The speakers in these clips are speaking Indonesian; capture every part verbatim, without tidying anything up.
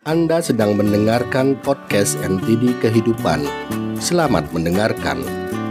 Anda sedang mendengarkan podcast M T D Kehidupan. Selamat mendengarkan.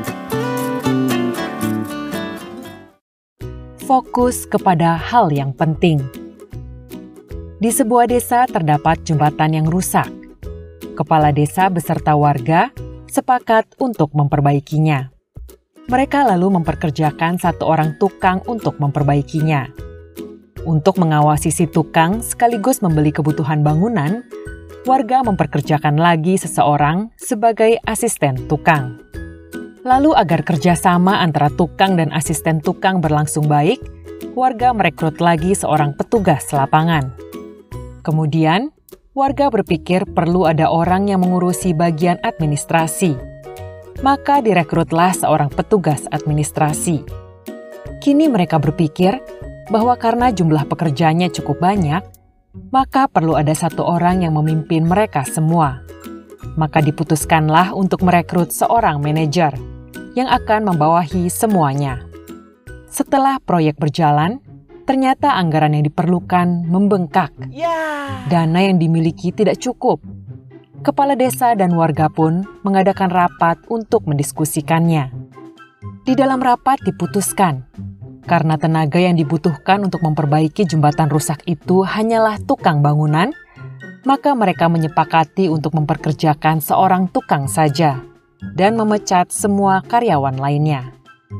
Fokus kepada hal yang penting. Di sebuah desa terdapat jembatan yang rusak. Kepala desa beserta warga sepakat untuk memperbaikinya. Mereka lalu memperkerjakan satu orang tukang untuk memperbaikinya. Untuk mengawasi si tukang sekaligus membeli kebutuhan bangunan, warga memperkerjakan lagi seseorang sebagai asisten tukang. Lalu agar kerjasama antara tukang dan asisten tukang berlangsung baik, warga merekrut lagi seorang petugas lapangan. Kemudian, warga berpikir perlu ada orang yang mengurusi bagian administrasi. Maka direkrutlah seorang petugas administrasi. Kini mereka berpikir bahwa karena jumlah pekerjanya cukup banyak, maka perlu ada satu orang yang memimpin mereka semua. Maka diputuskanlah untuk merekrut seorang manajer yang akan membawahi semuanya. Setelah proyek berjalan, ternyata anggaran yang diperlukan membengkak. Dana yang dimiliki tidak cukup. Kepala desa dan warga pun mengadakan rapat untuk mendiskusikannya. Di dalam rapat diputuskan, karena tenaga yang dibutuhkan untuk memperbaiki jembatan rusak itu hanyalah tukang bangunan, maka mereka menyepakati untuk memperkerjakan seorang tukang saja dan memecat semua karyawan lainnya.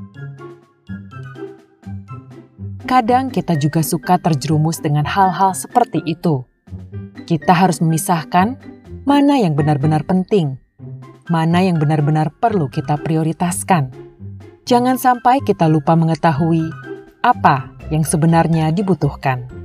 Kadang kita juga suka terjerumus dengan hal-hal seperti itu. Kita harus memisahkan mana yang benar-benar penting, mana yang benar-benar perlu kita prioritaskan. Jangan sampai kita lupa mengetahui apa yang sebenarnya dibutuhkan.